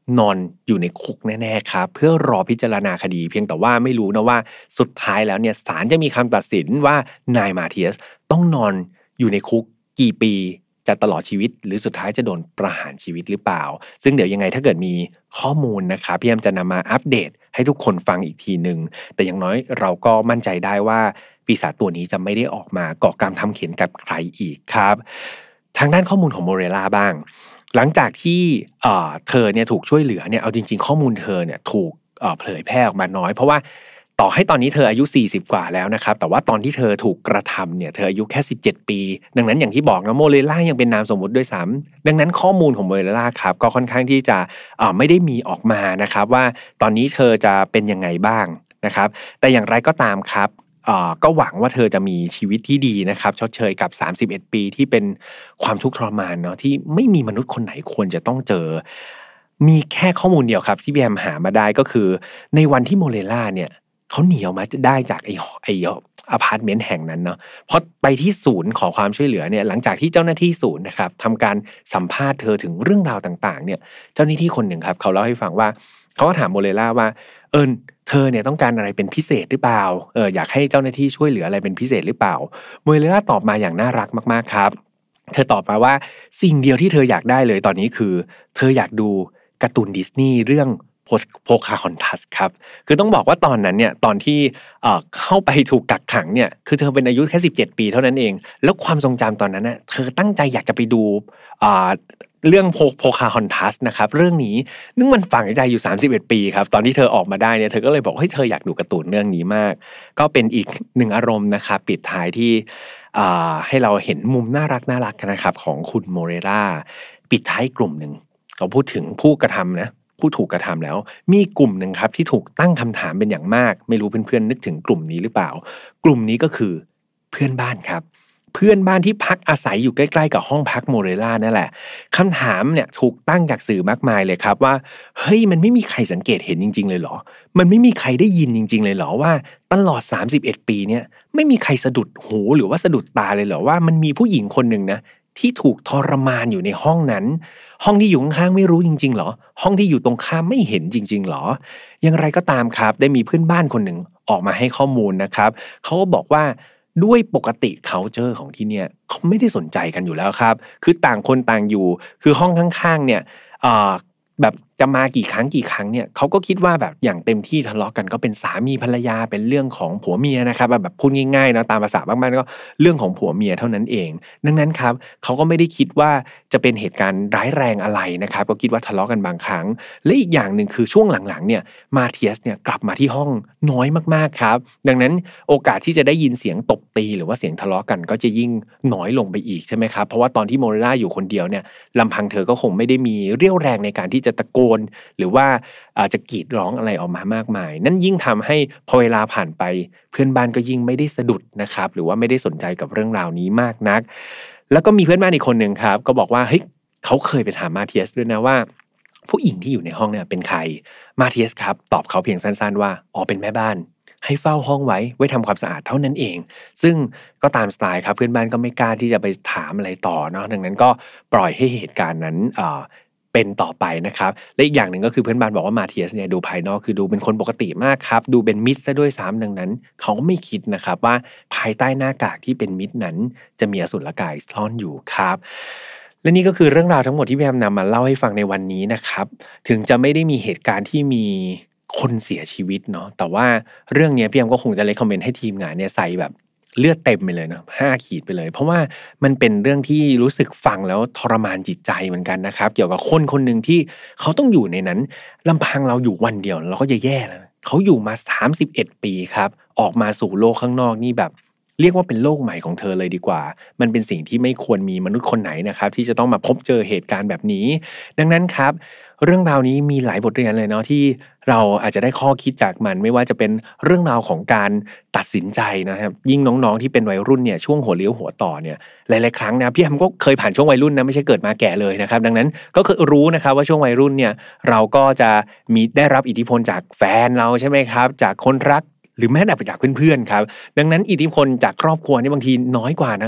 นอนอยู่ในคุกแน่ๆครับเพื่อรอพิจารณาคดีเพียงแต่ว่าไม่รู้นะว่าสุดท้ายแล้วเนี่ยศาลจะมีคำตัดสินว่านายมาเทียสต้องนอนอยู่ในคุกกี่ปีจะตลอดชีวิตหรือสุดท้ายจะโดนประหารชีวิตหรือเปล่าซึ่งเดี๋ยวยังไงถ้าเกิดมีข้อมูลนะครับพี่แอมจะนำมาอัปเดตให้ทุกคนฟังอีกทีนึงแต่อย่างน้อยเราก็มั่นใจได้ว่าปีศาจตัวนี้จะไม่ได้ออกมาก่อกรรมทำเข็ญกับใครอีกครับทางด้านข้อมูลของโมเรล่าบ้างหลังจากที่เธอเนี่ยถูกช่วยเหลือเนี่ยเอาจริงๆข้อมูลเธอเนี่ยถูกเผยแพร่ออกมาน้อยเพราะว่าต่อให้ตอนนี้เธออายุสี่สิบกว่าแล้วนะครับแต่ว่าตอนที่เธอถูกกระทำเนี่ยเธออายุแค่สิบเจ็ดปีดังนั้นอย่างที่บอกนะโมเรล่ายังเป็นนามสมมุติด้วยซ้ำดังนั้นข้อมูลของโมเรล่าครับก็ค่อนข้างที่จะไม่ได้มีออกมานะครับว่าตอนนี้เธอจะเป็นยังไงบ้างนะครับแต่อย่างไรก็ตามครับก็หวังว่าเธอจะมีชีวิตที่ดีนะครับชดเชยกับสามสิบเอ็ดปีที่เป็นความทุกข์ทรมานเนาะที่ไม่มีมนุษย์คนไหนควรจะต้องเจอมีแค่ข้อมูลเดียวครับที่พี่แอมหามาได้ก็คือในวันที่โมเรล่าเนี่ยเขาหนีออกมาได้จากไอ้ไอ้อพาร์ตเมนต์แห่งนั้นเนาะพอไปที่ศูนย์ขอความช่วยเหลือเนี่ยหลังจากที่เจ้าหน้าที่ศูนย์นะครับทำการสัมภาษณ์เธอถึงเรื่องราวต่างๆเนี่ยเจ้าหน้าที่คนหนึ่งครับเขาเล่าให้ฟังว่าเขาก็ถามโมเรล่าว่าเอิญเธอเนี่ยต้องการอะไรเป็นพิเศษหรือเปล่าเอออยากให้เจ้าหน้าที่ช่วยเหลืออะไรเป็นพิเศษหรือเปล่าโมเรล่าตอบมาอย่างน่ารักมากๆครับเธอตอบมาว่าสิ่งเดียวที่เธออยากได้เลยตอนนี้คือเธออยากดูการ์ตูนดิสนีย์เรื่องโพคาฮอนทัสครับคือต้องบอกว่าตอนนั้นเนี่ยตอนที่เอ่อเข้าไปถูกกักขังเนี่ยคือเธอเป็นอายุแค่สิบเจ็ดปีเท่านั้นเองแล้วความทรงจำตอนนั้นน่ะเธอตั้งใจอยากจะไปดูอ่าเรื่องโพคาฮอนทัสนะครับเรื่องนี้นึกมันฝังใจอยู่สามสิบเอ็ดปีครับตอนที่เธอออกมาได้เนี่ยเธอก็เลยบอกเฮ้ยเธออยากดูการ์ตูนเรื่องนี้มากก็เป็นอีกหนึ่งอารมณ์นะครับปิดท้ายที่อ่าให้เราเห็นมุมน่ารักน่ารักนะครับของคุณโมเรล่าปิดท้ายกลุ่มนึงเขาพูดถึงผู้กระทำนะผู้ถูกกระทำแล้วมีกลุ่มหนึ่งครับที่ถูกตั้งคำถามเป็นอย่างมากไม่รู้เพื่อนๆนึกถึงกลุ่มนี้หรือเปล่ากลุ่มนี้ก็คือเพื่อนบ้านครับเพื่อนบ้านที่พักอาศัยอยู่ใกล้ๆกับห้องพักโมเรล่านั่นแหละคำถามเนี่ยถูกตั้งจากสื่อมากมายเลยครับว่าเฮ้ยมันไม่มีใครสังเกตเห็นจริงๆเลยเหรอมันไม่มีใครได้ยินจริงๆเลยเหรอว่าตลอดสามสิบเอ็ดปีเนี่ยไม่มีใครสะดุดหูหรือว่าสะดุดตาเลยเหรอว่ามันมีผู้หญิงคนหนึ่งนะที่ถูกทรมานอยู่ในห้องนั้นห้องที่อยู่ข้างๆไม่รู้จริงๆหรอห้องที่อยู่ตรงข้ามไม่เห็นจริงๆหรออย่างไรก็ตามครับได้มีเพื่อนบ้านคนหนึ่งออกมาให้ข้อมูลนะครับเขาก็บอกว่าด้วยปกติ culture ของที่เนี่ยเขาไม่ได้สนใจกันอยู่แล้วครับคือต่างคนต่างอยู่คือห้องข้างๆเนี่ยแบบจะมากี่ครั้งกี่ครั้งเนี่ยเขาก็คิดว่าแบบอย่างเต็มที่ทะเลาะกันก็เป็นสามีภรรยาเป็นเรื่องของผัวเมียนะครับแบบพูดง่ายๆนะตามภาษาบ้านๆก็เรื่องของผัวเมียเท่านั้นเองดังนั้นครับเขาก็ไม่ได้คิดว่าจะเป็นเหตุการณ์ร้ายแรงอะไรนะครับก็คิดว่าทะเลาะกันบางครั้งและอีกอย่างหนึ่งคือช่วงหลังๆเนี่ยมาเทียสเนี่ยกลับมาที่ห้องน้อยมากๆครับดังนั้นโอกาสที่จะได้ยินเสียงตบตีหรือว่าเสียงทะเลาะกันก็จะยิ่งน้อยลงไปอีกใช่ไหมครับเพราะว่าตอนที่โมเรล่าอยู่คนเดียวเนี่ยลำพังเธอก็คงไม่ได้มีเรี่ยวแรงในการที่จะตะโกนหรือว่าอาจจะกรีดร้องอะไรออกมามากมายนั่นยิ่งทำให้พอเวลาผ่านไปเพื่อนบ้านก็ยิ่งไม่ได้สะดุดนะครับหรือว่าไม่ได้สนใจกับเรื่องราวนี้มากนักแล้วก็มีเพื่อนบ้านอีกคนหนึ่งครับก็บอกว่าเฮ้ยเขาเคยไปถามมาเทียสด้วยนะว่าผู้หญิงที่อยู่ในห้องเนี่ยเป็นใครมาเทียสครับตอบเขาเพียงสั้นๆว่าอ๋อเป็นแม่บ้านให้เฝ้าห้องไว้ไว้ทำความสะอาดเท่านั้นเองซึ่งก็ตามสไตล์ครับเพื่อนบ้านก็ไม่กล้าที่จะไปถามอะไรต่อเนาะดังนั้นก็ปล่อยให้เหตุการณ์นั้นเอ่อเป็นต่อไปนะครับและอีกอย่างหนึ่งก็คือเพื่อนบ้านบอกว่ามาเทียสเนี่ยดูภายนอกคือดูเป็นคนปกติมากครับดูเป็นมิตรซะด้วยซ้ำดังนั้นเขาก็ไม่คิดนะครับว่าภายใต้หน้ากากที่เป็นมิตรนั้นจะมีอสุรกายซ่อนอยู่ครับและนี่ก็คือเรื่องราวทั้งหมดที่พี่แอมนำมาเล่าให้ฟังในวันนี้นะครับถึงจะไม่ได้มีเหตุการณ์ที่มีคนเสียชีวิตเนาะแต่ว่าเรื่องนี้พี่แอมก็คงจะเรคคอมเมนต์ให้ทีมงานเนี่ยใส่แบบเลือดเต็มไปเลยนะห้าขีดไปเลยเพราะว่ามันเป็นเรื่องที่รู้สึกฟังแล้วทรมานจิตใจเหมือนกันนะครับเกี่ยวกับคนคนหนึ่งที่เขาต้องอยู่ในนั้นลำพังเราอยู่วันเดียวเราก็จะแย่แล้วเขาอยู่มาสามสิบเอ็ดปีครับออกมาสู่โลกข้างนอกนี่แบบเรียกว่าเป็นโลกใหม่ของเธอเลยดีกว่ามันเป็นสิ่งที่ไม่ควรมีมนุษย์คนไหนนะครับที่จะต้องมาพบเจอเหตุการณ์แบบนี้ดังนั้นครับเรื่องราวนี้มีหลายบทเรียนเลยเนาะที่เราอาจจะได้ข้อคิดจากมันไม่ว่าจะเป็นเรื่องราวของการตัดสินใจนะครับยิ่งน้องๆที่เป็นวัยรุ่นเนี่ยช่วงหัวเลี้ยวหัวต่อเนี่ยหลายๆครั้งนะพี่แอมก็เคยผ่านช่วงวัยรุ่นนะไม่ใช่เกิดมาแก่เลยนะครับดังนั้นก็คือรู้นะครับว่าช่วงวัยรุ่นเนี่ยเราก็จะมีได้รับอิทธิพลจากแฟนเราใช่ไหมครับจากคนรักหรือแม้แต่จากเพื่อนๆครับดังนั้นอิทธิพลจากครอบครัวนี่บางทีน้อยกว่านะพ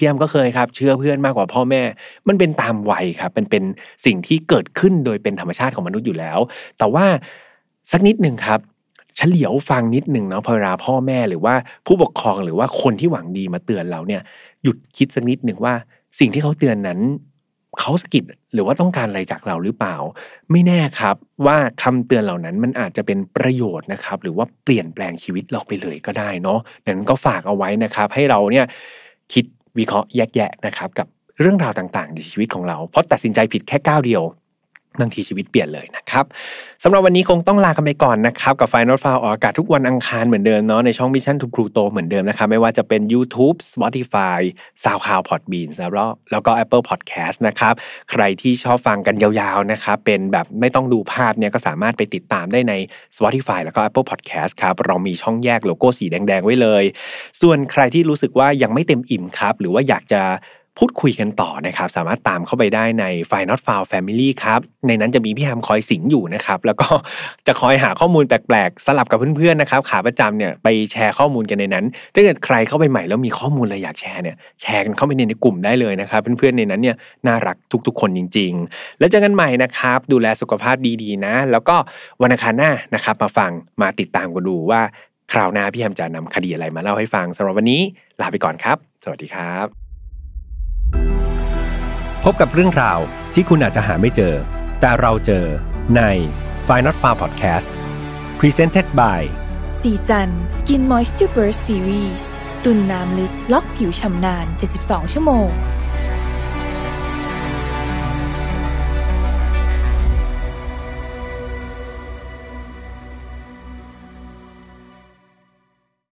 พี่แอมก็เคยครับเชื่อเพื่อนมากกว่าพ่อแม่มันเป็นตามวัยครับมันเป็นสิ่งที่เกิดขึ้นโดยเป็นธรรมชาติของมนุษย์อยู่แล้วแต่ว่าสักนิดนึงครับเฉลียวฟังนิดนึงเนาะพอเวลาพ่อแม่หรือว่าผู้ปกครองหรือว่าคนที่หวังดีมาเตือนเราเนี่ยหยุดคิดสักนิดนึงว่าสิ่งที่เขาเตือนนั้นเขาสะกิดหรือว่าต้องการอะไรจากเราหรือเปล่าไม่แน่ครับว่าคำเตือนเหล่านั้นมันอาจจะเป็นประโยชน์นะครับหรือว่าเปลี่ยนแปลงชีวิตเราไปเลยก็ได้เนาะนั้นก็ฝากเอาไว้นะครับให้เราเนี่ยคิดวิเคราะห์แยกแยะนะครับกับเรื่องราวต่างๆในชีวิตของเราเพราะตัดสินใจผิดแค่ก้าวเดียวบางทีชีวิตเปลี่ยนเลยนะครับสำหรับวันนี้คงต้องลากันไปก่อนนะครับกับ Final File ออกอากาศทุกวันอังคารเหมือนเดิมเนาะในช่อง Mission to Pluto เหมือนเดิมนะครับไม่ว่าจะเป็น YouTube Spotify SoundCloud Podbean แล้วก็แล้วก็ Apple Podcast นะครับใครที่ชอบฟังกันยาวๆนะครับเป็นแบบไม่ต้องดูภาพเนี่ยก็สามารถไปติดตามได้ใน Spotify แล้วก็ Apple Podcast ครับเรามีช่องแยกโลโก้สีแดงๆไว้เลยส่วนใครที่รู้สึกว่ายังไม่เต็มอิ่มครับหรือว่าอยากจะพูดคุยกันต่อนะครับสามารถตามเข้าไปได้ใน Final File Family ครับในนั้นจะมีพี่แฮมคอยสิงอยู่นะครับแล้วก็จะคอยหาข้อมูลแปลกๆสลับกับเพื่อนๆนะครับขาประจำเนี่ยไปแชร์ข้อมูลกันในนั้นถ้าเกิดใครเข้าไปใหม่แล้วมีข้อมูลอะไรอยากแชร์เนี่ยแชร์กันเข้าไปในในกลุ่มได้เลยนะครับเพื่อนๆในนั้นเนี่ยน่ารักทุกๆคนจริงๆแล้วเจอกันใหม่นะครับดูแลสุขภาพดีๆนะแล้วก็วันอังคารหน้านะครับมาฟังมาติดตามกันดูว่าคราวหน้าพี่แฮมจะนำคดีอะไรมาเล่าให้ฟังสำหรับวันนี้ลาไปก่อนครับสวัสดีครับพบกับเรื่องราวที่คุณอาจจะหาไม่เจอแต่เราเจอใน Final File Podcast Presented by สีจัน Skin Moisture Burst Series ตุ่นน้ำลึกล็อกผิวชำนานเจ็ดสิบสองชั่วโมง